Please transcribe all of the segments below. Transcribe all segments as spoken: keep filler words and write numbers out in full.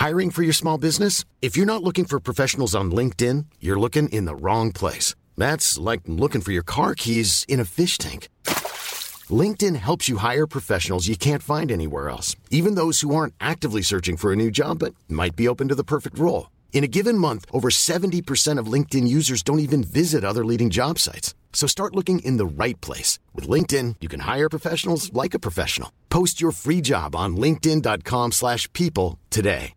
Hiring for your small business? If you're not looking for professionals on LinkedIn, you're looking in the wrong place. That's like looking for your car keys in a fish tank. LinkedIn helps you hire professionals you can't find anywhere else, even those who aren't actively searching for a new job but might be open to the perfect role. In a given month, over seventy percent of LinkedIn users don't even visit other leading job sites. So start looking in the right place. With LinkedIn, you can hire professionals like a professional. Post your free job on linkedin dot com slash people today.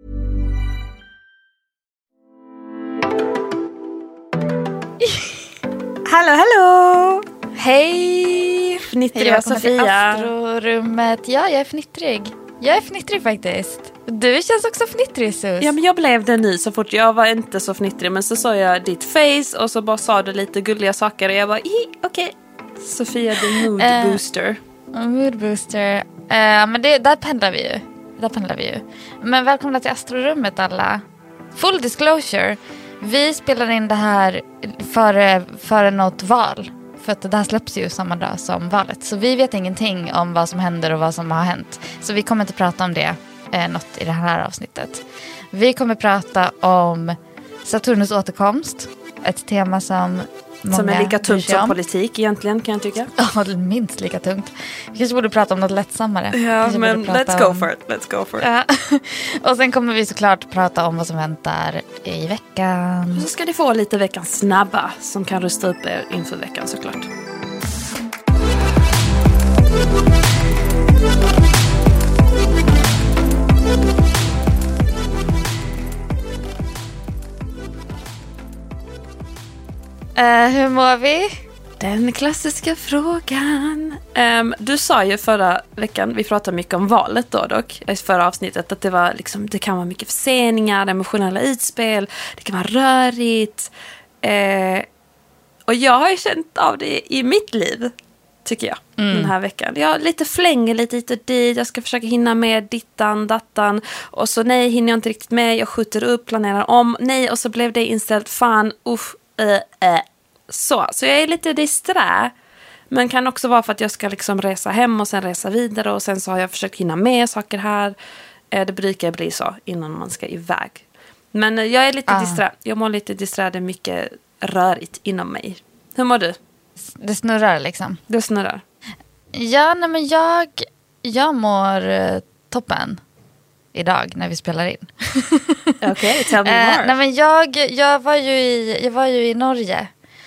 Hallå, hallå! Hej! Fnittriga Sofia. Astrorummet. Ja, jag är fnittrig. Jag är fnittrig faktiskt. Du känns också fnittrig, Sus. Ja, men jag blev det nu så fort. Jag var inte så fnittrig, men så såg jag ditt face och så bara sa du lite gulliga saker och jag bara, okej. Okay. Sofia, the mood uh, booster. Mood booster. Uh, men det, där pendlar vi ju. Där pendlar vi ju. Men välkomna till Astrorummet alla. Full disclosure. Vi spelar in det här före, före något val. För att det här släpps ju samma dag som valet. Så vi vet ingenting om vad som händer och vad som har hänt. Så vi kommer inte prata om det eh, något i det här avsnittet. Vi kommer prata om Saturnus återkomst. Ett tema som många Som är lika tungt som politik egentligen, kan jag tycka. Ja, minst lika tungt. Vi kanske borde prata om något lättsammare. Ja, men let's go om... for it. Let's go for it. Ja. Och sen kommer vi såklart prata om vad som väntar i veckan. Och så ska ni få lite veckans snabba som kan rusta upp er inför veckan såklart. Uh, hur mår vi? Den klassiska frågan. Um, du sa ju förra veckan, vi pratade mycket om valet då dock, i förra avsnittet, att det var liksom, det kan vara mycket förseningar, emotionella utspel, det kan vara rörigt. Uh, och jag har ju känt av det i mitt liv, tycker jag, mm. den här veckan. Jag lite flänger lite hit och dit, jag ska försöka hinna med dittan, dattan, och så nej, hinner jag inte riktigt med, jag skjuter upp, planerar om, nej, och så blev det inställt, fan, usch, uh, uh. Så, så jag är lite disträ. Men kan också vara för att jag ska liksom resa hem och sen resa vidare. Och sen så har jag försökt hinna med saker här. Det brukar bli så innan man ska iväg. Men jag är lite ah. disträ. Jag mår lite disträ. Det är mycket rörigt inom mig. Hur mår du? Det snurrar liksom. Det snurrar. Ja, nej men jag, jag mår uh, toppen idag när vi spelar in. Okej, okay, tell me more. uh, nej men jag, jag, var ju i, jag var ju i Norge.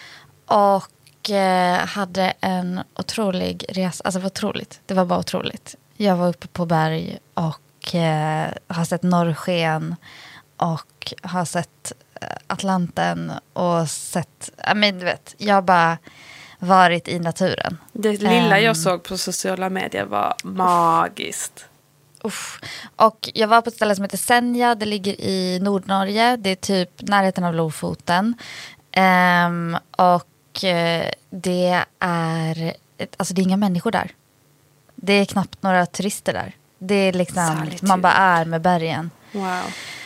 Och eh, hade en otrolig resa. Alltså det var otroligt. Det var bara otroligt. Jag var uppe på berg och eh, har sett norrsken. Och har sett Atlanten. Och sett, ja men du vet, jag har bara varit i naturen. Det lilla um, jag såg på sociala medier var magiskt. Uff. Och jag var på ett ställe som heter Senja. Det ligger i Nordnorge. Det är typ närheten av Lofoten. Um, och det är alltså det är inga människor där. Det är knappt några turister där. Det är liksom Solitud. Man bara är med bergen. Wow.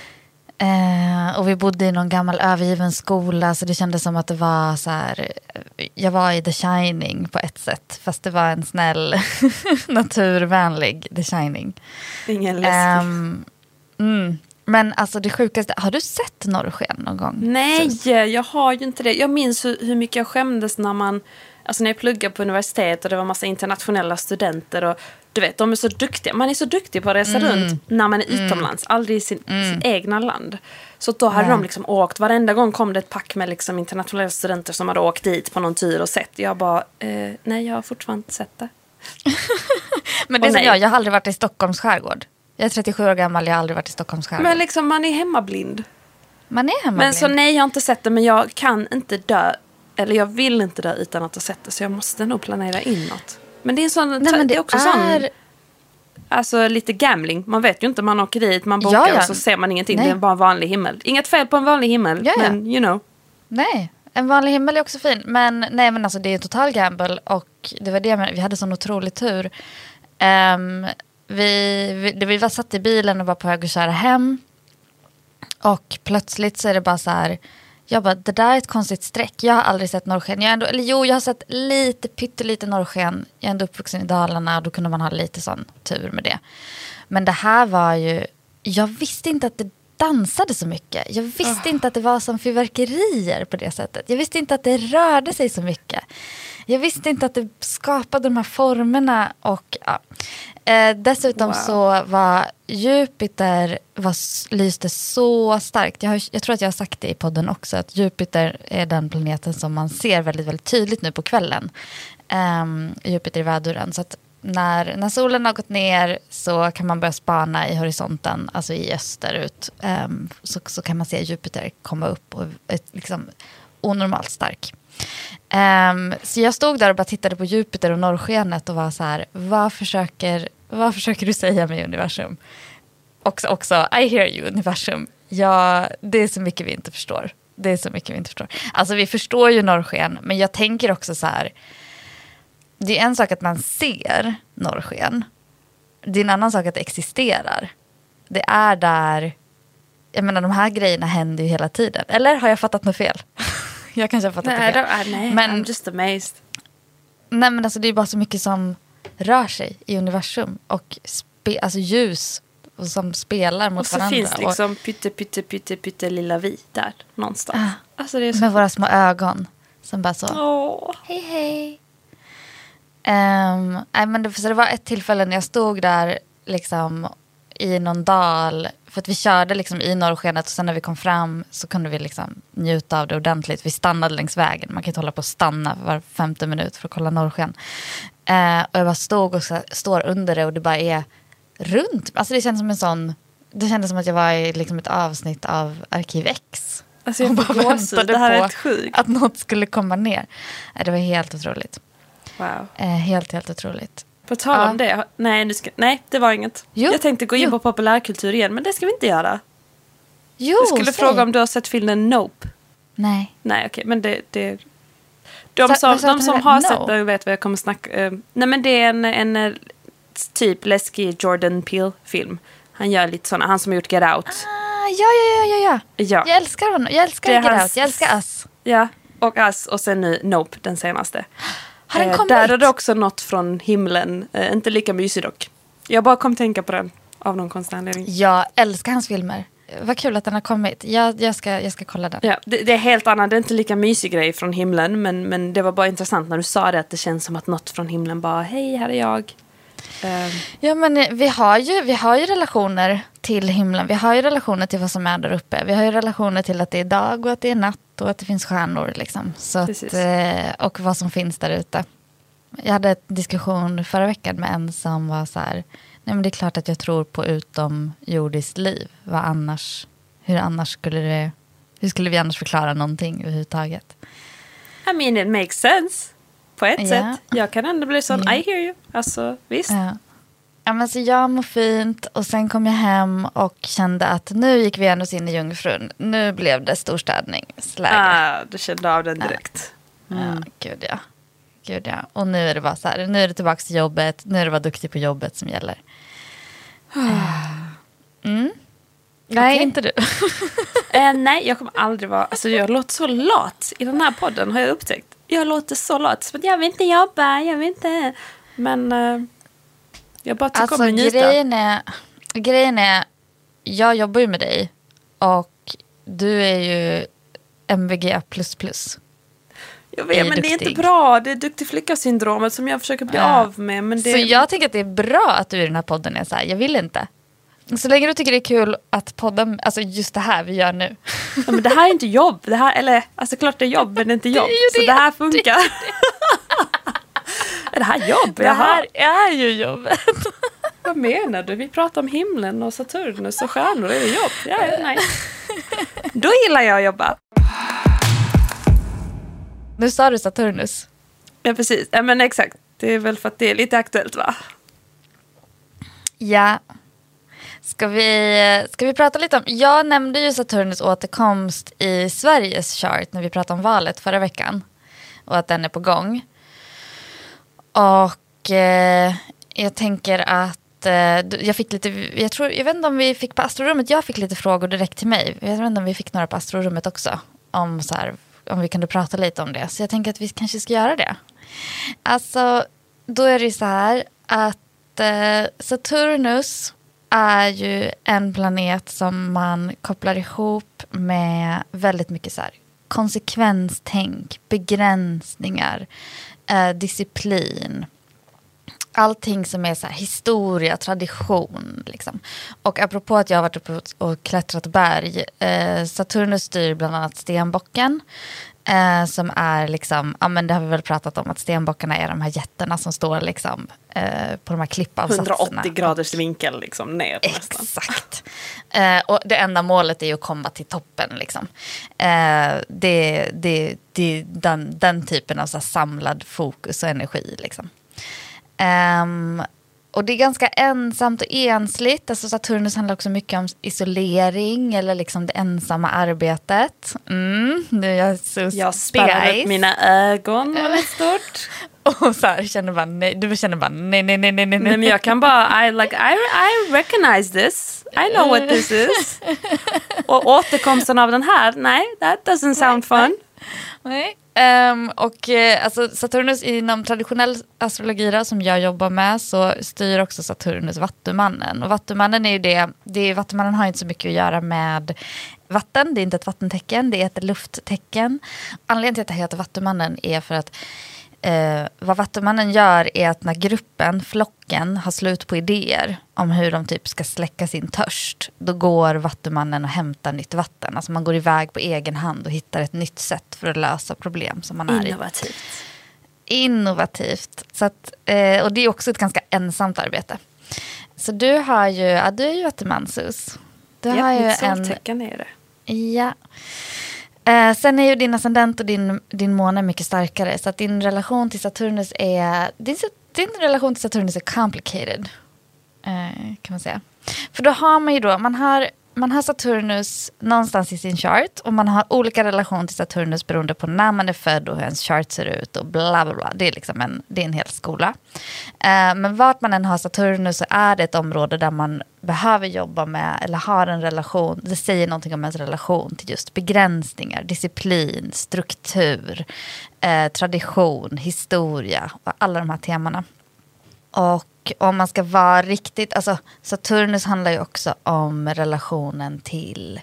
Uh, och vi bodde i någon gammal övergiven skola, så det kändes som att det var så här, jag var i The Shining på ett sätt, fast det var en snäll naturvänlig The Shining. Ingen läskig. Um, mm. Men alltså det sjukaste, har du sett norrsken någon gång? Nej, så. Jag har ju inte det. Jag minns hur, hur mycket jag skämdes när man, alltså när jag pluggade på universitet och det var massa internationella studenter och du vet, de är så duktiga. Man är så duktig på att resa mm. runt när man är mm. utomlands, aldrig i sin, mm. sitt egna land. Så då hade ja. de liksom åkt, varenda gång kom det ett pack med liksom internationella studenter som hade åkt dit på någon tur och sett. Jag bara, eh, nej jag har fortfarande inte sett det. Men det är som jag, jag har aldrig varit i Stockholms skärgård. Jag är trettiosju år gammal, jag har aldrig varit i Stockholms skärgård. Men liksom, man är hemmablind. Man är hemmablind. Men så nej, jag har inte sett det, men jag kan inte dö. Eller jag vill inte dö utan att ha sett det. Så jag måste nog planera in något. Men det är, en sån, nej, men det, det är också är... sån... Alltså lite gambling. Man vet ju inte, man åker dit, man bokar ja, ja. och så ser man ingenting. Nej. Det är bara en vanlig himmel. Inget fel på en vanlig himmel, ja, ja. men you know. Nej, en vanlig himmel är också fin. Men nej, men alltså det är en total gamble. Och det var det, men vi hade sån otrolig tur. Um, vi, vi, vi var satt i bilen och var på väg att köra hem. Och plötsligt så är det bara så här... Jag bara, det där är ett konstigt streck. Jag har aldrig sett norrsken. Jag ändå, eller jo, jag har sett lite, pyttelite norrsken. Jag är ändå uppvuxen i Dalarna och då kunde man ha lite sån tur med det. Men det här var ju jag visste inte att det dansade så mycket. Jag visste oh. inte att det var som fyrverkerier på det sättet. Jag visste inte att det rörde sig så mycket. Jag visste inte att det skapade de här formerna. Och, ja. eh, dessutom wow. så var Jupiter var, lyste så starkt. Jag, har, jag tror att jag har sagt det i podden också. Att Jupiter är den planeten som man ser väldigt, väldigt tydligt nu på kvällen. Um, Jupiter i väduren. Så att När, när solen har gått ner så kan man börja spana i horisonten, alltså i österut. Um, så, så kan man se Jupiter komma upp och är liksom onormalt stark. Um, så jag stod där och bara tittade på Jupiter och norrskenet och var så här, vad försöker, vad försöker du säga med universum? Också, också I hear you, universum. Ja, det är så mycket vi inte förstår. Det är så mycket vi inte förstår. Alltså vi förstår ju norrsken, men jag tänker också så här, det är en sak att man ser norrsken. Det är en annan sak att det existerar. Det är där... Jag menar, de här grejerna händer ju hela tiden. Eller har jag fattat något fel? jag kanske har fattat nej, det fel. Då, nej, men, I'm just amazed. Nej, men alltså det är bara så mycket som rör sig i universum. Och spe, alltså ljus som spelar mot varandra. Och så finns liksom pytte, pytte, pytte, pytte lilla vi där någonstans. Ah, alltså det är så med våra små ögon. Som bara så... Åh. Hej, hej. Um, nej, men det, så det var ett tillfälle när jag stod där liksom i någon dal, för att vi körde liksom i norrskenet och sen när vi kom fram så kunde vi liksom njuta av det ordentligt. Vi stannade längs vägen, man kan inte hålla på att stanna var femte minut för att kolla norrsken. Uh, och jag bara stod och så, står under det och det bara är runt. Alltså det kändes som en sån, det kändes som att jag var i liksom ett avsnitt av Arkiv X. Alltså jag bara väntade det här på är sjukt. Att något skulle komma ner. Uh, det var helt otroligt. Wow. Eh, helt, helt otroligt. På tal ja. om det. Nej, nu ska, nej, det var inget. Jo. Jag tänkte gå in jo. på populärkultur igen, men det ska vi inte göra. Jo, jag skulle säg. fråga om du har sett filmen Nope. Nej. Nej, okej. Okay, men det... det de som, så, de som har no. sett den vet vad jag kommer snacka... Uh, nej, men det är en, en typ läskig Jordan Peele-film. Han gör lite såna. Han som har gjort Get Out. Ah, ja, ja, ja, ja, ja. ja. Jag älskar honom. Jag älskar Get hans, Out. Jag älskar Us. Ja, och Us. Och sen nu Nope, den senaste. Har den kommit? Där är det också något från himlen. Eh, inte lika mysig dock. Jag bara kom tänka på den av någon konstig anledning. Jag älskar hans filmer. Vad kul att den har kommit. Jag, jag, ska, jag ska kolla den. Ja, det, det är helt annat. Det är inte lika mysig grej från himlen. Men, men det var bara intressant när du sa det. Att det känns som att något från himlen bara, hej, här är jag. Um. Ja, men vi har, ju, vi har ju relationer till himlen. Vi har ju relationer till vad som är där uppe. Vi har ju relationer till att det är dag och att det är natt. Och att det finns stjärnor liksom. Så att, och vad som finns där ute. Jag hade en diskussion förra veckan med en som var så här. Nej, men det är klart att jag tror på utomjordiskt liv. Vad annars? Hur annars skulle det... Hur skulle vi annars förklara någonting överhuvudtaget? I mean, it makes sense. På ett yeah. sätt. Jag kan ändå bli sån, yeah. I hear you. Alltså, visst. Ja. Ja, men så jag mår fint och sen kom jag hem och kände att nu gick vi ändå in i Jungfrun. Nu blev det storstädningsläge. Ah, du kände av den direkt. Ja, mm. ja gud ja. Gud ja. Och nu är det bara så här, nu är det tillbaka till jobbet. Nu är det vara duktig på jobbet som gäller. Mm. Nej, okay. Inte du. eh, nej, jag kommer aldrig vara, alltså jag låter så lat i den här podden har jag upptäckt. Jag låter så lat, så jag vill inte jobba, jag vill inte. Men... Eh, jag bara tycker alltså, om att njuta. Grejen är, grejen är, jag jobbar ju med dig och du är ju M V G plus plus. Jag vet, men duktig. Det är inte bra. Det är duktig flicka-syndromet som jag försöker bli ja. av med. Men det... Så jag tycker att det är bra att du i den här podden är så här, jag vill inte. Så länge du tycker det är kul att podden, alltså just det här vi gör nu. Ja, men det här är inte jobb. Det här, eller, alltså klart det är jobb, men det är inte jobb. Det är så det här funkar. Är det här jobb? Det här är ju jobbet. Vad menar du? Vi pratar om himlen och Saturnus och stjärnor. Är det jobb? Ja, nej. Då gillar jag att jobba. Nu sa du Saturnus. Ja, precis. Ja, men exakt. Det är väl för att det är lite aktuellt, va? Ja. Ska vi, ska vi prata lite om... Jag nämnde ju Saturnus återkomst i Sveriges chart när vi pratade om valet förra veckan. Och att den är på gång. Och eh, jag tänker att eh, jag fick lite, jag tror, jag vet inte om vi fick på Astrorummet, jag fick lite frågor direkt till mig. Jag vet inte om vi fick några på Astrorummet också. Om, så här, om vi kunde prata lite om det. Så jag tänker att vi kanske ska göra det. Alltså, då är det så här att eh, Saturnus är ju en planet som man kopplar ihop med väldigt mycket så här konsekvenstänk, begränsningar, eh, disciplin. Allting som är så här historia, tradition. Liksom. Och apropå att jag har varit uppe och klättrat berg. Eh, Saturnus styr bland annat stenbocken. Eh, som är liksom, ja men det har vi väl pratat om, att stenbockarna är de här jätterna som står liksom eh, på de här klippavsatserna. hundraåttio graders vinkel liksom ner nästan. Exakt. Eh, och det enda målet är ju att komma till toppen liksom. Eh, det det, det den, den typen av så här samlad fokus och energi liksom. Um, och det är ganska ensamt och ensligt. Alltså Saturnus handlar också mycket om isolering eller liksom det ensamma arbetet. Mm, nu är jag så jag spärrar upp mina ögon väldigt stort. Och så här känner bara nej, du känner bara nej nej nej nej nej. Men jag kan bara I like I I recognize this. I know what this is. Och återkomsten av den här, nej, that doesn't sound fun. Nej. Um, och uh, alltså Saturnus inom traditionell astrologi då, som jag jobbar med, så styr också Saturnus Vattumannen. Och Vattumannen är ju det, det är, Vattumannen har inte så mycket att göra med vatten, det är inte ett vattentecken, det är ett lufttecken. Anledningen till att det heter Vattumannen är för att Uh, vad Vattumannen gör är att när gruppen, flocken, har slut på idéer om hur de typ ska släcka sin törst, då går Vattumannen och hämtar nytt vatten. Alltså man går iväg på egen hand och hittar ett nytt sätt för att lösa problem som man är i. Innovativt. Innovativt. Så att, uh, och det är också ett ganska ensamt arbete. Så du har ju, ja, du är ju Vattumansus. Du ja, har ju mitt en soltecken är det. Ja. Eh, sen är ju din ascendent och din, din måne mycket starkare. Så att din relation till Saturnus är... Din, din relation till Saturnus är complicated. Eh, kan man säga. För då har man ju då... Man har, man har Saturnus någonstans i sin chart. Och man har olika relation till Saturnus beroende på när man är född och hur ens chart ser ut. Och bla bla bla. Det är liksom en, det är en hel skola. Eh, men vart man än har Saturnus så är det ett område där man behöver jobba med eller har en relation. Det säger någonting om ens relation till just begränsningar, disciplin, struktur, eh, tradition, historia och alla de här temana. Och om man ska vara riktigt, alltså Saturnus handlar ju också om relationen till,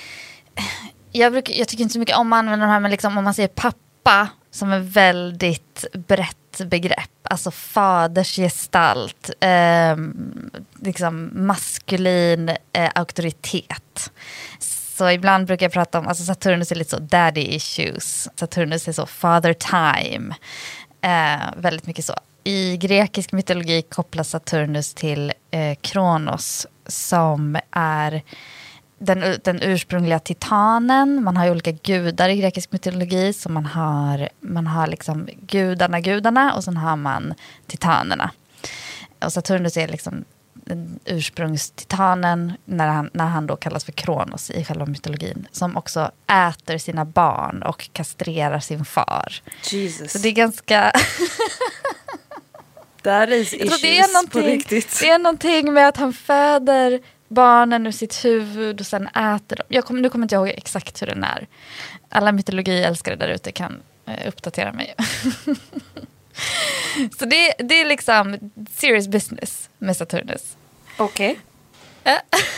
jag, brukar, jag tycker inte så mycket om att använda de här, men liksom om man säger pappa som är väldigt brett begrepp, alltså fadersgestalt, eh, liksom maskulin eh, auktoritet. Så ibland brukar jag prata om, alltså Saturnus är lite så daddy issues, Saturnus är så father time, eh, väldigt mycket så. I grekisk mytologi kopplas Saturnus till eh, Kronos som är den, den ursprungliga titanen. Man har ju olika gudar i grekisk mytologi. Så man har, man har liksom gudarna, gudarna och sen har man titanerna. Och Saturnus är liksom den ursprungstitanen när han, när han då kallas för Kronos i själva mytologin. Som också äter sina barn och kastrerar sin far. Jesus. Så det är ganska... That is issues det är på riktigt. Det är någonting med att han föder barnen ur sitt huvud och sen äter dem. Jag kommer, nu kommer inte jag ihåg exakt hur den är. Alla mytologiälskare där ute kan eh, uppdatera mig. Så det, det är liksom serious business med Saturnus. Okej. Okay.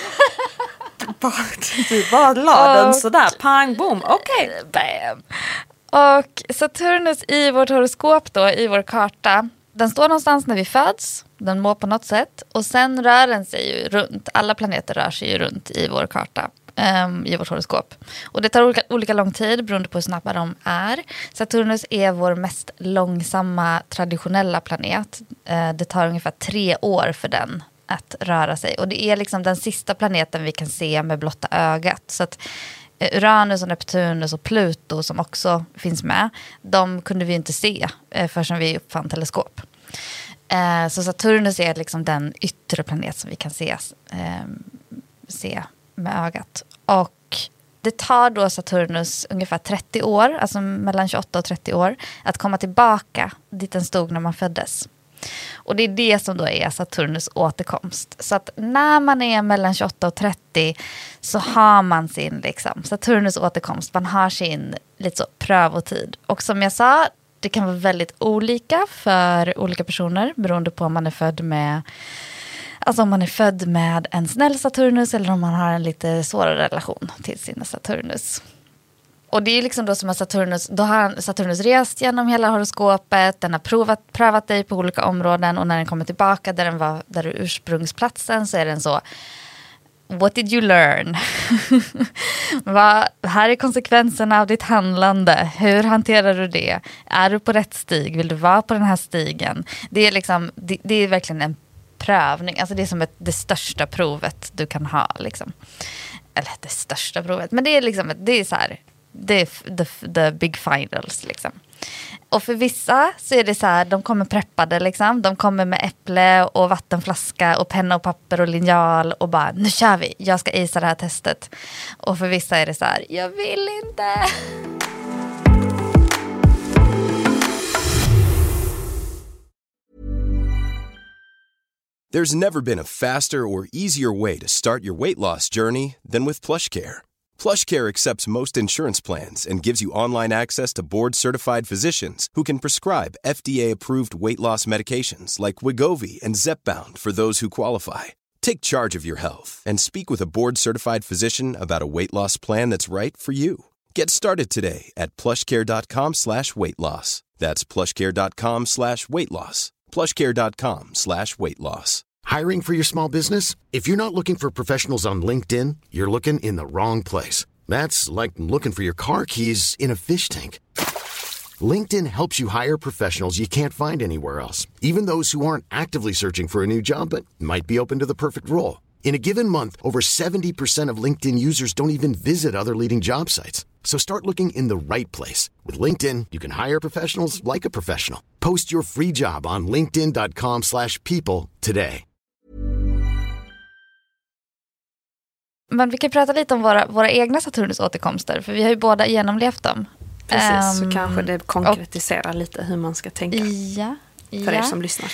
Du bara la den sådär. Pang, boom. Okej. Okay. Bam. Och Saturnus i vårt horoskop då, i vår karta, den står någonstans när vi föds. Den mår på något sätt. Och sen rör den sig ju runt. Alla planeter rör sig ju runt i vår karta. Um, I vårt horoskop. Och det tar olika, olika lång tid beroende på hur snabba de är. Saturnus är vår mest långsamma traditionella planet. Uh, det tar ungefär tre år för den att röra sig. Och det är liksom den sista planeten vi kan se med blotta ögat. Så att Uranus och Neptunus och Pluto som också finns med, de kunde vi inte se eh, förrän vi uppfann teleskop. Eh, så Saturnus är liksom den yttre planet som vi kan se, eh, se med ögat. Och det tar då Saturnus ungefär trettio år, alltså mellan tjugoåtta och trettio år, att komma tillbaka dit den stod när man föddes. Och det är det som då är Saturnus återkomst. Så att när man är mellan tjugoåtta och trettio så har man sin liksom, Saturnus återkomst. Man har sin lite så prövotid. Och som jag sa, det kan vara väldigt olika för olika personer beroende på om man är född med Alltså om man är född med en snäll Saturnus eller om man har en lite svårare relation till sin Saturnus. Och det är liksom då som att Saturnus, då har Saturnus rest genom hela horoskopet, den har provat, prövat dig på olika områden och när den kommer tillbaka där den var där ursprungsplatsen så är den så: what did you learn? Vad, här är konsekvenserna av ditt handlande. Hur hanterar du det? Är du på rätt stig? Vill du vara på den här stigen? Det är liksom, det, det är verkligen en prövning. Alltså det är som ett, det största provet du kan ha liksom. Eller det största provet, men det är liksom det är så här, det är the, the big finals liksom. Och för vissa så är det så här, de kommer preppade liksom. De kommer med äpple och vattenflaska och penna och papper och linjal och bara, nu kör vi, jag ska isa det här testet. Och för vissa är det så här, jag vill inte. There's never been a faster or easier way to start your weight loss journey than with PlushCare. PlushCare accepts most insurance plans and gives you online access to board-certified physicians who can prescribe F D A-approved weight loss medications like Wegovy and Zepbound for those who qualify. Take charge of your health and speak with a board-certified physician about a weight loss plan that's right for you. Get started today at plushcare.com slash weight loss. That's plushcare.com slash weight loss. plushcare.com slash weight loss. Hiring for your small business? If you're not looking for professionals on LinkedIn, you're looking in the wrong place. That's like looking for your car keys in a fish tank. LinkedIn helps you hire professionals you can't find anywhere else, even those who aren't actively searching for a new job but might be open to the perfect role. In a given month, over seventy percent of LinkedIn users don't even visit other leading job sites. So start looking in the right place. With LinkedIn, you can hire professionals like a professional. Post your free job on linkedin.com slash people today. Men vi kan prata lite om våra, våra egna Saturnus återkomster, för vi har ju båda genomlevt dem. Precis, um, så kanske det konkretiserar och, lite hur man ska tänka. Ja, för ja, er som lyssnar.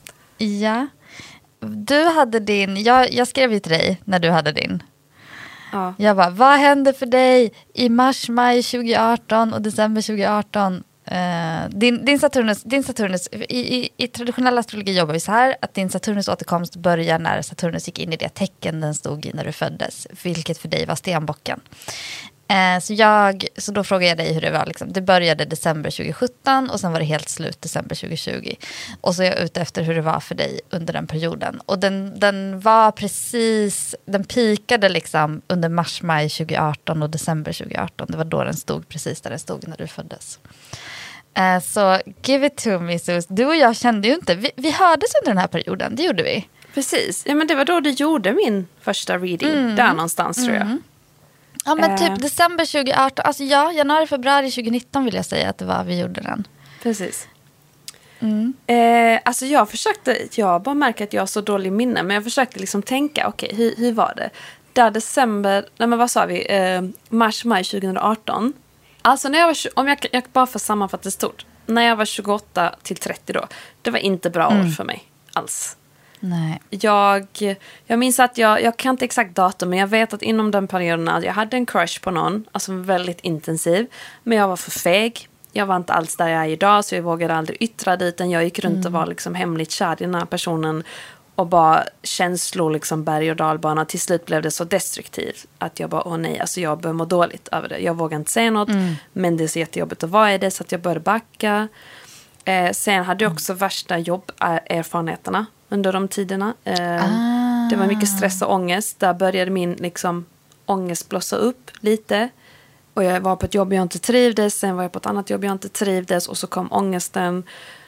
Ja. Du hade din, jag, jag skrev ju till dig när du hade din. Ja. Jag bara, vad hände för dig i mars, maj tjugo arton och december tjugo arton? Uh, din, din Saturnus, din Saturnus i, i, i traditionell astrologi jobbar vi så här, att din Saturnus återkomst börjar när Saturnus gick in i det tecken den stod i när du föddes, vilket för dig var stenbocken. Uh, så, jag, så då frågade jag dig hur det var liksom. Det började december tjugo sjutton och sen var det helt slut december tjugo tjugo. Och så är jag ute efter hur det var för dig under den perioden. Och den, den var precis, den pikade liksom under mars, maj tjugo arton och december tjugo arton. Det var då den stod precis där den stod när du föddes. Uh, så give it to me, Sus. Du och jag kände ju inte, vi, vi hördes under den här perioden, det gjorde vi. Precis, ja men det var då du gjorde min första reading, mm. där någonstans mm. tror jag. Ja men typ uh. december tjugo arton, alltså ja, januari, februari tjugo nitton vill jag säga att det var vi gjorde den. Precis. Mm. Eh, alltså jag försökte, jag bara märker att jag har så dålig minne, men jag försökte liksom tänka, okej, okay, hur, hur var det? Där december, nej men vad sa vi, eh, mars, maj tjugo arton. Alltså när jag var, om jag, jag bara får sammanfatta stort, när jag var tjugoåtta till trettio då, det var inte bra mm. år för mig alls. Nej. Jag, jag minns att jag, jag kan inte exakt datum, men jag vet att inom den perioden att jag hade en crush på någon, alltså väldigt intensiv, men jag var för feg. Jag var inte alls där jag är idag, så jag vågade aldrig yttra dit den. Jag gick runt mm. och var liksom hemligt kär i den här personen och bara känslor liksom berg- och dalbana. Till slut blev det så destruktivt att jag bara, åh nej, alltså jag började må dåligt över det. Jag vågade inte säga något, mm. men det är så jättejobbigt att vara i det, så att jag började backa. Eh, sen hade jag också mm. värsta jobberfarenheterna under de tiderna. Eh, ah. Det var mycket stress och ångest. Där började min liksom, ångest blossa upp lite. Och jag var på ett jobb jag inte trivdes. Sen var jag på ett annat jobb jag inte trivdes. Och så kom ångesten.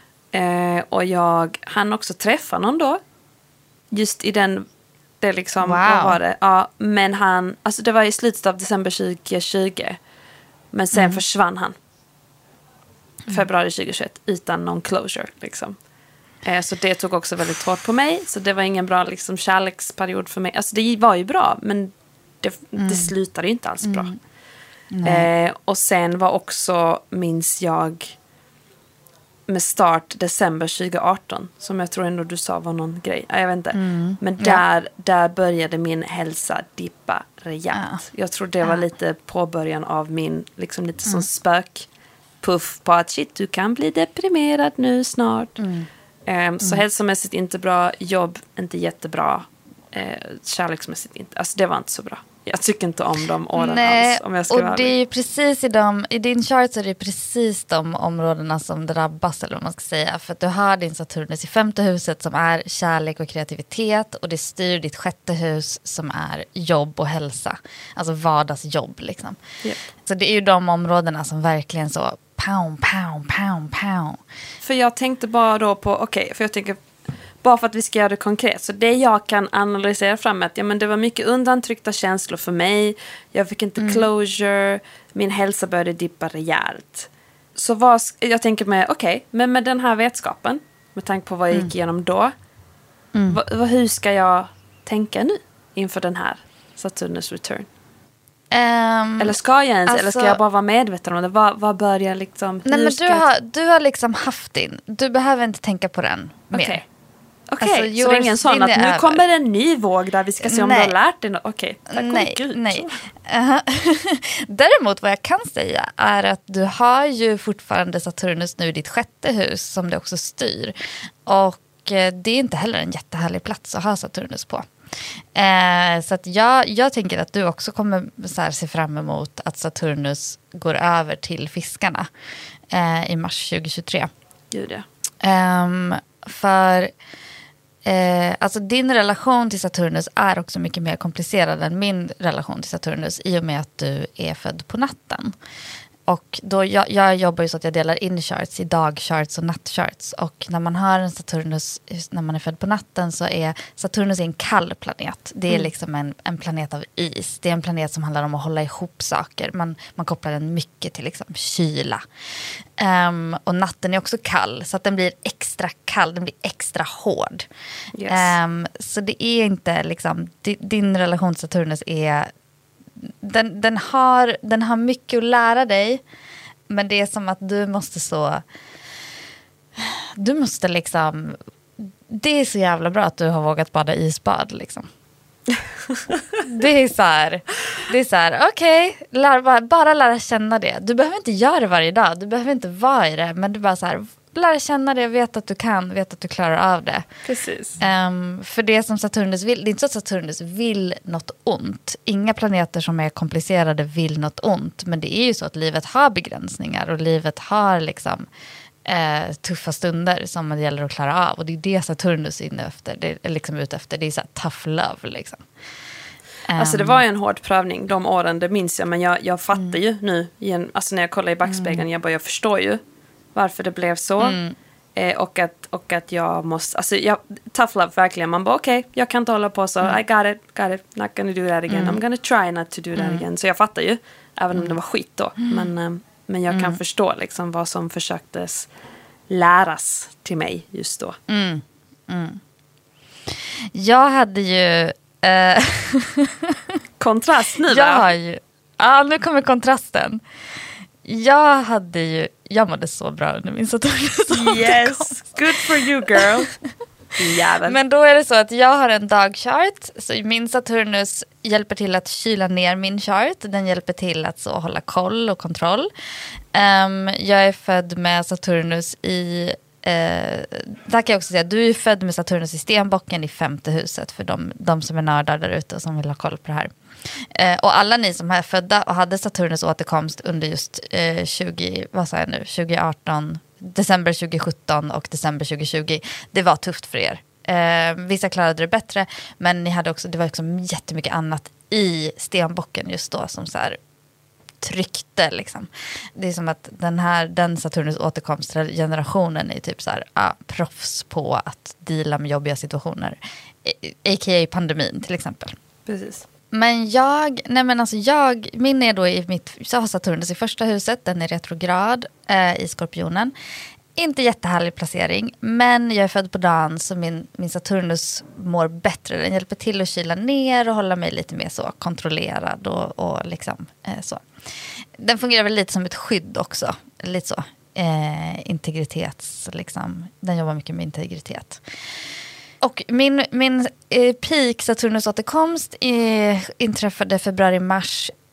Eh, och jag hann också träffa någon då. Just i den... Det liksom, wow. vad var det? Ja, men han... Alltså det var i slutet av december tjugo tjugo. Men sen mm. försvann han. Februari tjugo tjugoett. Utan någon closure liksom. Eh, så det tog också väldigt hårt på mig. Så det var ingen bra liksom, kärleksperiod för mig. Alltså det var ju bra. Men det, mm. det slutade ju inte alls bra. Mm. Eh, och sen var också, minns jag, med start december tjugo arton, som jag tror ändå du sa var någon grej. Jag vet inte. Mm. Men där, ja. där började min hälsa dippa rejält. Ja. Jag tror det var ja. lite påbörjan av min, liksom lite mm. som spökpuff på att shit, du kan bli deprimerad nu snart. Mm. Um, så hälsomässigt inte bra, jobb inte jättebra, eh, kärleksmässigt inte. Alltså det var inte så bra. Jag tycker inte om de åren Nej, alls. Om jag ska och vara det är ju precis i de, i din chart så är det precis de områdena som drabbas, eller vad man ska säga. För att du har din Saturnus i femte huset som är kärlek och kreativitet, och det styr ditt sjätte hus som är jobb och hälsa. Alltså vardagsjobb liksom. Yep. Så det är ju de områdena som verkligen så pound, pound, pound, pound. För jag tänkte bara då på, okej, okay, för jag tänker bara för att vi ska göra det konkret. Så det jag kan analysera fram att ja, men det var mycket undantryckta känslor för mig. Jag fick inte mm. closure. Min hälsa började dippa rejält. Så vad, jag tänker mig, okej, okay, men med den här vetskapen, med tanke på vad jag gick igenom då, mm. vad, vad, hur ska jag tänka nu inför den här Saturnus return? Um, eller ska jag ens, alltså, eller ska jag bara vara medveten om det? Vad, vad bör jag liksom... Nej, men du har, du har liksom haft din. Du behöver inte tänka på den mer. Okay. Okej, okay, alltså, så det är ingen sån att nu över. Kommer en ny våg där vi ska se om nej. Du har lärt dig något. Okej, okay, tack nej, och gud. Nej. Uh-huh. Däremot vad jag kan säga är att du har ju fortfarande Saturnus nu i ditt sjätte hus som det också styr. Och eh, det är inte heller en jättehärlig plats att ha Saturnus på. Eh, så att jag, jag tänker att du också kommer så här, se fram emot att Saturnus går över till fiskarna eh, i mars tjugohundratjugotre. Gud ja. Um, för eh, alltså din relation till Saturnus är också mycket mer komplicerad än min relation till Saturnus i och med att du är född på natten. Och då jag, jag jobbar ju så att jag delar in charts i dagcharts och nattcharts. Och när man har en Saturnus, när man är född på natten, så är Saturnus en kall planet. Det är mm. liksom en, en planet av is. Det är en planet som handlar om att hålla ihop saker. Man, man kopplar den mycket till liksom kyla. Um, och natten är också kall, så att den blir extra kall, den blir extra hård. Yes. Um, så det är inte liksom, din relation till Saturnus är... Den, den, har, den har mycket att lära dig. Men det är som att du måste så... Du måste liksom... Det är så jävla bra att du har vågat bada isbad liksom. Det är så här... Det är så här, okej, okay, bara, bara lära känna det. Du behöver inte göra det varje dag. Du behöver inte vara i det. Men du bara så här... Lära känna det, vet att du kan, vet att du klarar av det. Precis. Um, för det som Saturnus vill, det är inte så att Saturnus vill något ont. Inga planeter som är komplicerade vill något ont. Men det är ju så att livet har begränsningar och livet har liksom eh, tuffa stunder som det gäller att klara av. Och det är det Saturnus är inne efter. Det är liksom ute efter. Det är så här tough love liksom. Um, alltså det var ju en hård prövning de åren, det minns jag. Men jag, jag fattar mm. ju nu, igen, alltså när jag kollar i backspegeln, mm. jag bara, jag förstår ju varför det blev så. Mm. Eh, och, att, och att jag måste... Alltså, jag, tough love, verkligen. Man bara, okej, okay, jag kan inte hålla på så. Mm. I got it, got it. Not gonna do that again. Mm. I'm gonna try not to do that mm. again. Så jag fattar ju, även mm. om det var skit då. Mm. Men, eh, men jag mm. kan förstå liksom vad som försöktes läras till mig just då. Mm. Mm. Jag hade ju... Eh... Kontrast nu, jag har ju, ja, nu kommer kontrasten. Jag hade ju, jag mådde så bra under min Saturnus. Yes, good for you girl. Jävel. Men då är det så att jag har en dagchart. Så min Saturnus hjälper till att kyla ner min chart. Den hjälper till att så hålla koll och kontroll. Um, jag är född med Saturnus i... Uh, där kan jag också säga, du är född med Saturnus i stenbocken i femte huset. För de, de som är nördar där ute och som vill ha koll på det här. Uh, och alla ni som är födda och hade Saturnus återkomst under just uh, tjugo, vad sa jag nu, tjugo arton, december tjugo sjutton och december tjugo tjugo, det var tufft för er. Uh, vissa klarade det bättre, men ni hade också, det var också jättemycket annat i stenbocken just då som så här tryckte liksom. Det är som att den här, den Saturnus återkomst generationen är typ så här, ah, proffs på att deala med jobbiga situationer, a k a pandemin till exempel. Precis. Men jag, nej men alltså jag, min är då i mitt, så har Saturnus i första huset, den är retrograd eh, i Skorpionen. Inte jättehärlig placering, men jag är född på dagen så min, min Saturnus mår bättre. Den hjälper till att kyla ner och hålla mig lite mer så kontrollerad och, och liksom eh, så. Den fungerar väl lite som ett skydd också, lite så. Eh, integritets, liksom, den jobbar mycket med integritet. Och min, min eh, peak Saturnus återkomst eh, inträffade februari-mars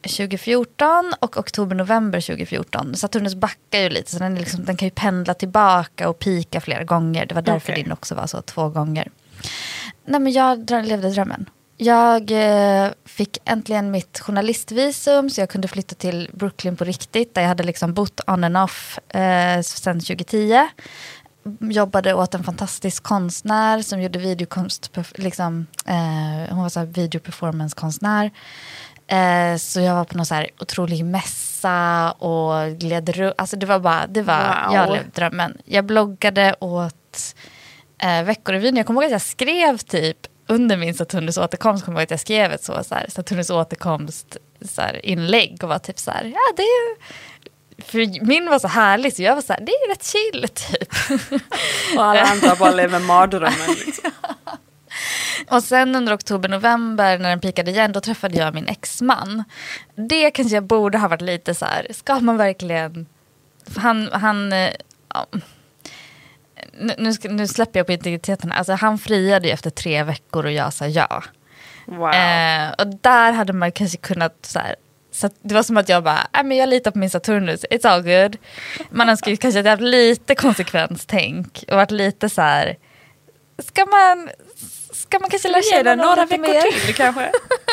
tjugo fjorton och oktober-november tjugo fjorton. Saturnus backar ju lite så den, är liksom, den kan ju pendla tillbaka och pika flera gånger. Det var därför okay. din också var så två gånger. Nej, men jag levde drömmen. Jag eh, fick äntligen mitt journalistvisum så jag kunde flytta till Brooklyn på riktigt. Där jag hade liksom bott on and off eh, sedan tjugo tio. Jobbade åt en fantastisk konstnär som gjorde videokonst. Liksom, eh, hon var så här videoperformance-konstnär. Eh, så jag var på någon så här otrolig mässa och gled runt. Alltså det var bara, det var, wow. Jag levde drömmen. Jag bloggade åt eh, Veckorevyn. Jag kommer ihåg att jag skrev typ under min Saturnus återkomst kommer jag att jag skrev ett så, så här, Saturnus återkomst så här, inlägg och var typ så här, ja det är ju, för min var så härlig så jag var så här, det är rätt chill typ. Och alla andra bara lever mardrömmen liksom. Och sen under oktober-november när den pikade igen, då träffade jag min exman. Det kanske jag borde ha varit lite så här, ska man verkligen, han, han ja, Nu, ska, nu släpper jag på integriteten. Alltså, han friade ju efter tre veckor och jag sa ja. Wow. Eh, och där hade man kanske kunnat så här, så det var som att jag bara, äh, men jag litar på min Saturnus, it's all good. Man önskar kanske att jag haft lite konsekvenstänk och varit lite så här, ska man ska man kanske lära känna några veckor mer? Till kanske.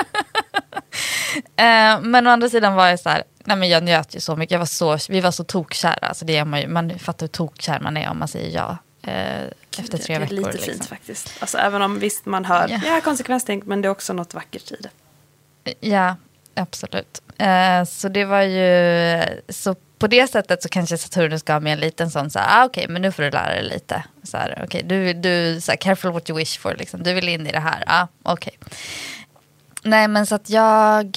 eh, men å andra sidan var jag så här, nej men jag njöt ju så mycket, jag var så, vi var så tokkära, alltså det är man ju, man fattar hur tokkär man är om man säger ja eh, efter tre veckor. Det är lite liksom. fint faktiskt. Alltså även om visst man hör, ja, ja konsekvenstänk, men det är också något vackert i det. Ja, absolut. Eh, så det var ju, så på det sättet så kanske Saturnus gav mig en liten sån så här, ah, okej, okay, men nu får du lära dig lite. Så här, okej, okay, du, du så här, careful what you wish for, liksom. Du vill in i det här, ja, ah, okej. Okay. Nej, men så att jag,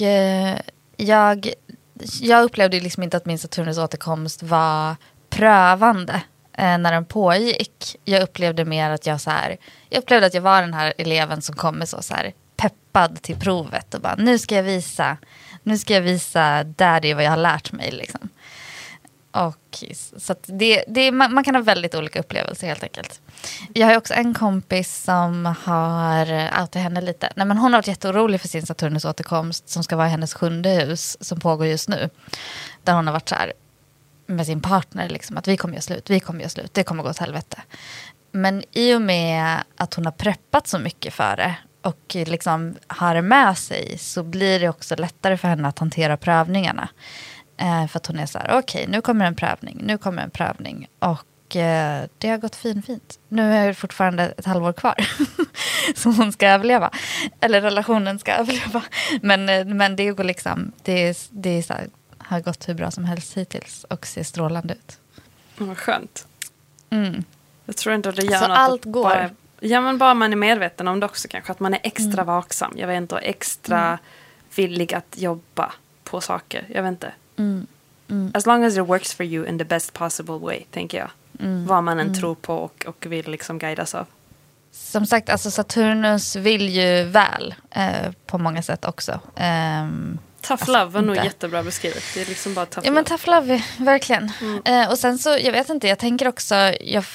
jag, jag upplevde liksom inte att min Saturnus återkomst var prövande eh, när den pågick. Jag upplevde mer att jag så här, jag upplevde att jag var den här eleven som kommer så, så här peppad till provet och bara, nu ska jag visa, nu ska jag visa där det är vad jag har lärt mig liksom. Och så att det, det, man, man kan ha väldigt olika upplevelser helt enkelt. Jag har också en kompis som har outat henne lite. Nej, men hon har varit jätteorolig för sin Saturnus återkomst som ska vara hennes sjunde hus som pågår just nu. Där hon har varit så här med sin partner liksom, att vi kommer göra slut, vi kommer göra slut, det kommer gå åt helvete. Men i och med att hon har preppat så mycket för det och liksom har det med sig så blir det också lättare för henne att hantera prövningarna. Eh, för att hon är så här, okej, okay, nu kommer en prövning, nu kommer en prövning. Och eh, det har gått fin, fint. Nu är det fortfarande ett halvår kvar som hon ska överleva. Eller relationen ska överleva. Men, eh, men det går liksom, det, är, det är så här, har gått hur bra som helst hittills och ser strålande ut. Mm, vad skönt. Mm. Jag tror inte att det gör så något. allt går. Bara, ja, men bara man är medveten om det också kanske. Att man är extra mm. vaksam. Jag vet inte, extra mm. villig att jobba på saker. Jag vet inte. Mm. Mm. As long as it works for you in the best possible way, tänker jag. Mm. Vad man än mm. tror på och, och vill liksom guidas av. Som sagt, alltså Saturnus vill ju väl eh, på många sätt också. Um, tough alltså, love var nog jättebra beskrivet. Det är liksom bara tough ja, love. men tough love, verkligen. Mm. Eh, och sen så, jag vet inte, jag tänker också, jag,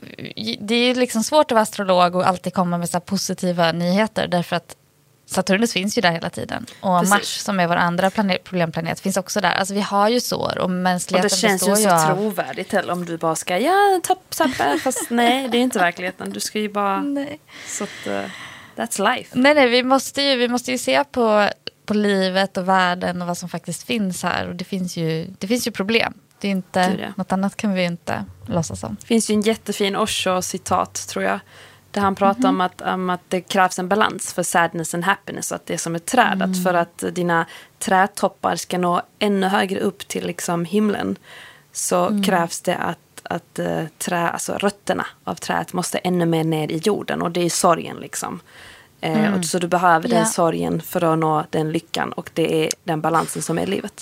det är liksom svårt att vara astrolog och alltid komma med så här positiva nyheter. Därför att Saturnus finns ju där hela tiden. Och Precis. Mars som är vår andra planet, problemplanet finns också där. Alltså vi har ju sår och mänskligheten består ju av... Och det känns ju så trovärdigt till om du bara ska, ja, topp, sappa. Fast nej, det är inte verkligheten. Du ska ju bara... Nej. Så att, uh, that's life. Nej, nej, vi måste ju, vi måste ju se på, på livet och världen och vad som faktiskt finns här. Och det finns ju, det finns ju problem. Det är inte, det är det. Något annat kan vi inte låtsas om. Det finns ju en jättefin Osho-citat, tror jag. Där han pratar mm-hmm. om, att, om att det krävs en balans för sadness and happiness. Att det är som ett träd. Mm. Att för att dina trädtoppar ska nå ännu högre upp till liksom himlen. Så mm. krävs det att, att uh, trä, alltså rötterna av trädet måste ännu mer ner i jorden. Och det är sorgen liksom. Mm. Eh, och så du behöver yeah. den sorgen för att nå den lyckan. Och det är den balansen som är livet.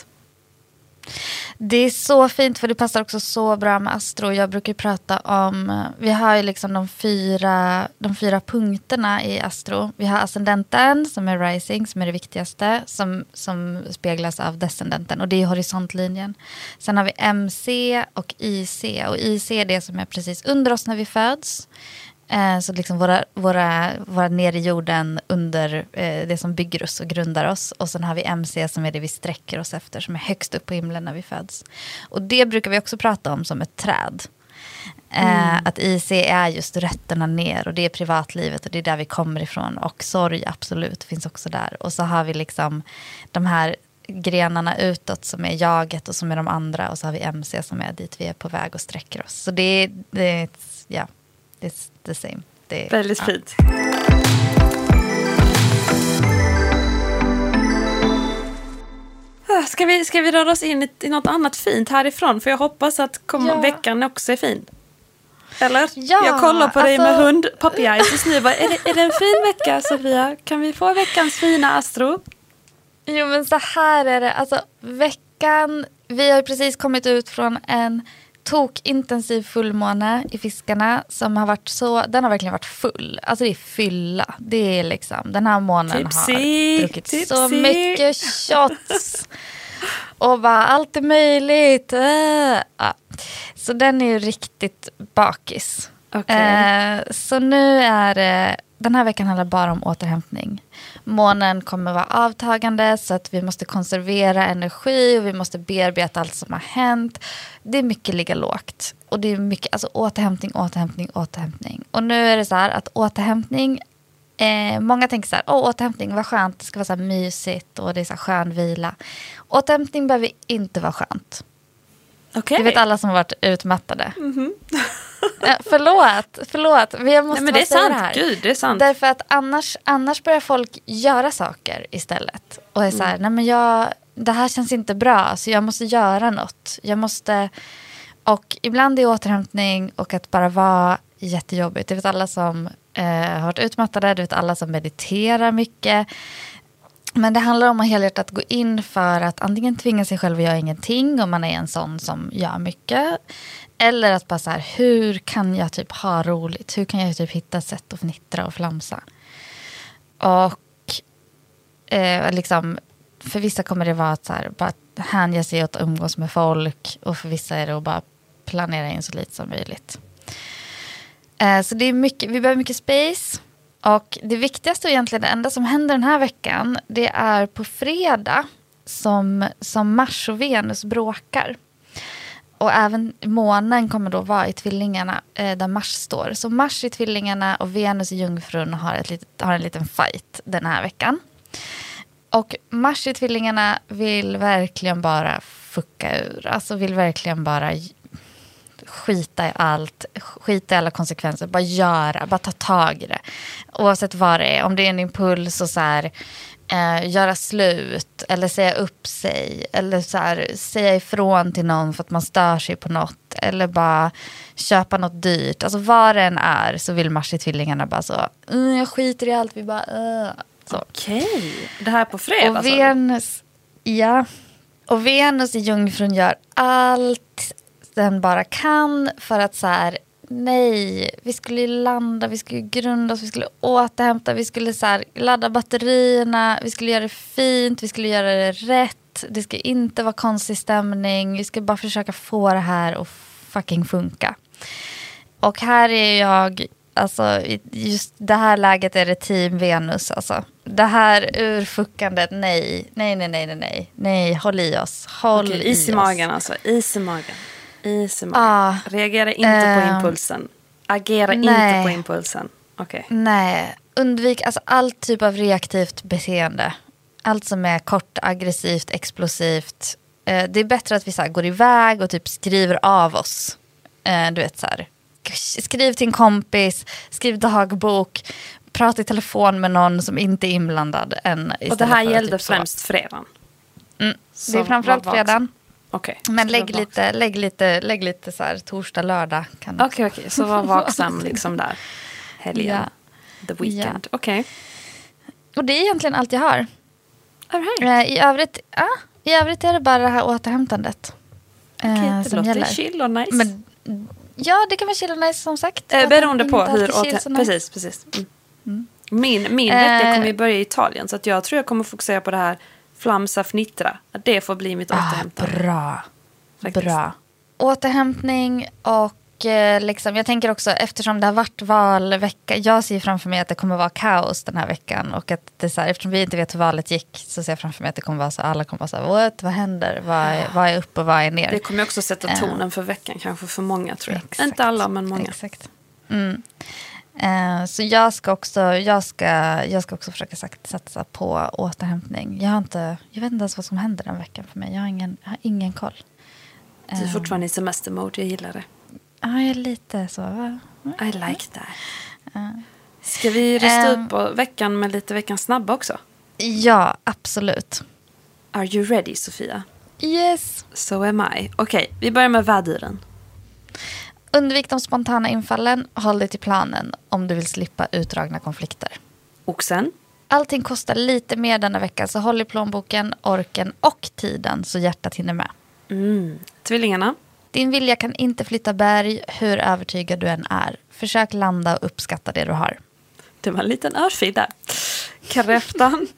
Det är så fint för det passar också så bra med astro. Jag brukar prata om, vi har ju liksom de fyra, de fyra punkterna i astro. Vi har ascendenten som är rising, som är det viktigaste, som, som speglas av descendenten. Och det är horisontlinjen. Sen har vi M C och I C. Och I C är det som är precis under oss när vi föds. Eh, så liksom våra, våra, våra ner i jorden under eh, det som bygger oss och grundar oss. Och sen har vi M C som är det vi sträcker oss efter, som är högst upp på himlen när vi föds. Och det brukar vi också prata om som ett träd. Eh, mm. Att I C är just rötterna ner och det är privatlivet och det är där vi kommer ifrån. Och sorg absolut finns också där. Och så har vi liksom de här grenarna utåt som är jaget och som är de andra. Och så har vi M C som är dit vi är på väg och sträcker oss. Så det är, det är ja, it's the same. Det är, väldigt ja. fint. Ska vi, ska vi röra oss in i, i något annat fint härifrån? För jag hoppas att kom, ja. veckan också är fin. Eller? Ja, jag kollar på dig alltså... med hund puppy eyes just nu. Bara, är, det, är det en fin vecka, Sofia? Kan vi få veckans fina Astro? Jo, men så här är det. Alltså, veckan... Vi har precis kommit ut från en tokintensiv fullmåne i Fiskarna som har varit så... Den har verkligen varit full. Alltså det är fylla. Det är liksom... Den här månen tipsy, har druckit tipsy. så mycket shots. Och bara, allt är möjligt. Äh. Ja. Så den är ju riktigt bakis. Okay. Eh, så nu är det... Den här veckan handlar bara om återhämtning. Månen kommer vara avtagande så att vi måste konservera energi och vi måste bearbeta allt som har hänt. Det är mycket ligga lågt. Och det är mycket, alltså återhämtning, återhämtning, återhämtning. Och nu är det så här att återhämtning, eh, många tänker så här, åh återhämtning, vad skönt, det ska vara så här mysigt och det är så här skön vila. Återhämtning behöver inte vara skönt. Okay. Det vet alla som har varit utmattade. Mm-hmm. eh, förlåt, förlåt. Jag måste Nej, men det är säga sant. det här. Gud, det är sant. Därför att annars, annars börjar folk göra saker istället. Och är så här, mm. nej men jag, det här känns inte bra så jag måste göra något. Jag måste, och ibland är återhämtning och att bara vara jättejobbigt. Det vet alla som eh, har varit utmattade, det vet alla som mediterar mycket. Men det handlar om att helhjärtat gå in för att antingen tvinga sig själv att göra ingenting om man är en sån som gör mycket. Eller att bara så här, hur kan jag typ ha roligt? Hur kan jag typ hitta sätt att fnittra och flamsa? Och eh, liksom, för vissa kommer det vara att så här, bara hänga sig åt att umgås med folk. Och för vissa är det att bara planera in så lite som möjligt. Eh, så det är mycket, vi behöver mycket space. Och det viktigaste och egentligen det enda som händer den här veckan, det är på fredag som, som Mars och Venus bråkar. Och även månen kommer då vara i tvillingarna eh, där Mars står. Så Mars i tvillingarna och Venus i Jungfrun har, ett litet, har en liten fight den här veckan. Och Mars i tvillingarna vill verkligen bara fucka ur. Alltså vill verkligen bara skita i allt, skita i alla konsekvenser, bara göra, bara ta tag i det. Oavsett vad det är, om det är en impuls och så här, eh, göra slut eller säga upp sig eller så här, säga ifrån till någon för att man stör sig på något eller bara köpa något dyrt. Alltså vad det än är så vill Mars i tvillingarna bara så, mm, jag skiter i allt, vi bara uh. Okej, okay. Det här på fredag. Och Venus, ja. Och Venus i Jungfrun gör allt den bara kan för att så här, nej, vi skulle landa, vi skulle grunda oss, vi skulle återhämta, vi skulle så här, ladda batterierna, vi skulle göra det fint, vi skulle göra det rätt, det ska inte vara konstig stämning, vi ska bara försöka få det här att fucking funka. Och här är jag, alltså just det här läget är det team Venus alltså. Det här urfuckandet, nej, nej, nej, nej, nej, nej, håll i oss, håll Okej, i is i oss. magen alltså, is i magen. Is i magen. Ah, Reagera inte eh, på impulsen. Agera nej. inte på impulsen. Okej. Okay. Nej, undvik alltså allt typ av reaktivt beteende. Allt som är kort, aggressivt, explosivt. Eh, det är bättre att vi så här, går iväg och typ skriver av oss. Eh, du vet så här. Skriv till en kompis, skriv dagbok, prata i telefon med någon som inte är inblandad. Än och det här gällde typ främst fredagen? Mm. Det är framförallt fredagen. Okay. Men lägg lite, lägg lite, lägg lite så här torsdag, lördag. Okej, okej. Okay, okay. Så var vaksam liksom där. Helgen. Ja. The weekend. Ja. Okej. Okay. Och det är egentligen allt jag har. All right. I övrigt, ja, i övrigt är det bara det här återhämttandet. Okej, okay, eh, det som låter gäller. chill och nice. Men, ja, det kan vara chill och nice som sagt. Eh, beroende på hur åter... nice. Precis, precis. Mm. Mm. Min, min eh, vecka kommer ju börja i Italien. Så att jag tror jag kommer fokusera på det här flamsa, fnittra. Att det får bli mitt ah, återhämtande. Bra. Faktiskt. Bra. Återhämtning och Och eh, liksom, jag tänker också, eftersom det har varit valvecka, jag ser framför mig att det kommer vara kaos den här veckan. Och att det är så här, eftersom vi inte vet hur valet gick, så ser jag framför mig att det kommer vara så, alla kommer vara så här, what, vad händer? Vad är, vad är upp och vad är ner? Det kommer också sätta tonen uh, för veckan, kanske för många tror jag. Exakt, inte alla, men många. Exakt. Mm. Uh, så jag ska också, jag ska, jag ska också försöka satsa på återhämtning. Jag har inte, jag vet inte ens vad som händer den veckan för mig. Jag har ingen, jag har ingen koll. Du är fortfarande i semestermode, jag gillar det. Ja, jag är lite så. Va? I like that. Uh. Ska vi rösta um, upp på veckan med lite veckans snabba också? Ja, absolut. Are you ready, Sofia? Yes. So am I. Okej, okay, vi börjar med väduren. Undvik de spontana infallen, håll dig till planen om du vill slippa utdragna konflikter. Oxen. Allting kostar lite mer denna vecka, så håll i plånboken, orken och tiden så hjärtat hinner med. Mm. Tvillingarna. Din vilja kan inte flytta berg, hur övertygad du än är. Försök landa och uppskatta det du har. Det var en liten örfil där. Kräftan.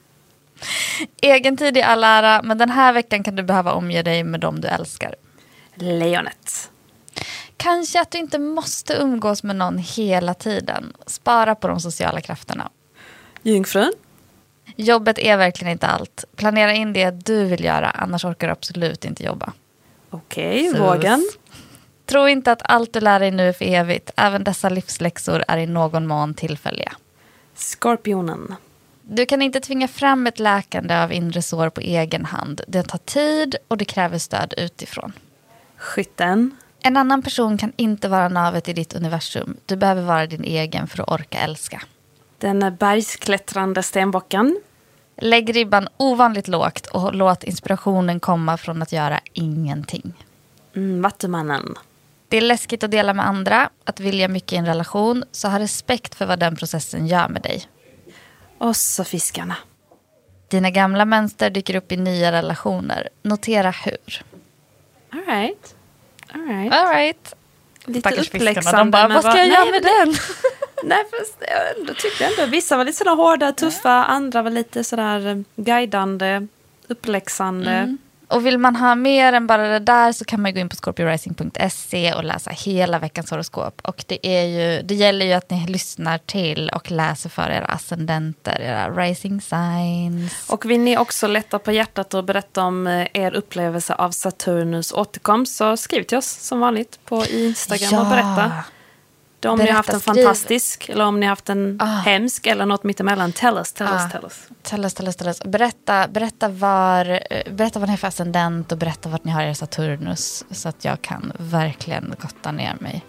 Egen tid i all ära, men den här veckan kan du behöva omge dig med dem du älskar. Lejonet. Kanske att du inte måste umgås med någon hela tiden. Spara på de sociala krafterna. Jungfrun. Jobbet är verkligen inte allt. Planera in det du vill göra, annars orkar du absolut inte jobba. Okej, okay, vågen. Tro inte att allt du lär dig nu är för evigt. Även dessa livsläxor är i någon mån tillfälliga. Skorpionen. Du kan inte tvinga fram ett läkande av inre sår på egen hand. Det tar tid och det kräver stöd utifrån. Skytten. En annan person kan inte vara navet i ditt universum. Du behöver vara din egen för att orka älska. Den bergsklättrande stenbocken. Lägg ribban ovanligt lågt och låt inspirationen komma från att göra ingenting. Mm, vattumannen. Det är läskigt att dela med andra, att vilja mycket i en relation, så ha respekt för vad den processen gör med dig. Och så fiskarna. Dina gamla mönster dyker upp i nya relationer. Notera hur. All right. All right. All right. Lite uppläxande. De bara, vad ska jag göra med den? Nej, fast jag tyckte ändå. Vissa var lite sådär hårda, tuffa. Andra var lite sådär guidande, uppläxande. Mm. Och vill man ha mer än bara det där, så kan man gå in på scorpio rising punkt se och läsa hela veckans horoskop. Och det, är ju, det gäller ju att ni lyssnar till och läser för era ascendenter, era rising signs. Och vill ni också lätta på hjärtat och berätta om er upplevelse av Saturnus återkomst, så skriv till oss som vanligt på Instagram ja. och berätta. Om berätta, ni har haft en skriv. fantastisk, eller om ni har haft en ah. hemsk, eller något mittemellan. Tell us, tell us, ah. tell us. Tell us, tell us, tell us. Berätta, berätta, var, berätta vad ni har för ascendent och berätta vart ni har er Saturnus, så att jag kan verkligen gotta ner mig.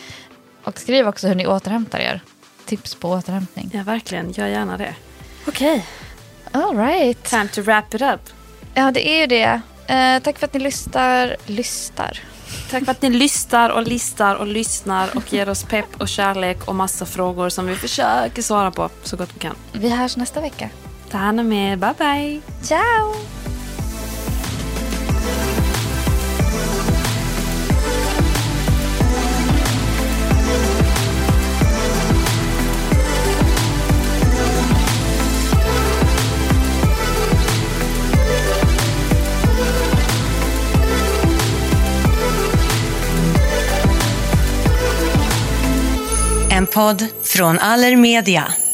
Och skriv också hur ni återhämtar er. Tips på återhämtning. Ja, verkligen. Gör gärna det. Okej. Okay. All right. Time to wrap it up. Ja, det är ju det. Eh, tack för att ni lyssnar. Lyssnar. Tack för att ni lyssnar och listar och lyssnar och ger oss pepp och kärlek och massa frågor som vi försöker svara på så gott vi kan. Vi hörs nästa vecka. Ta hand om er. Bye bye. Ciao. En podd från Allermedia.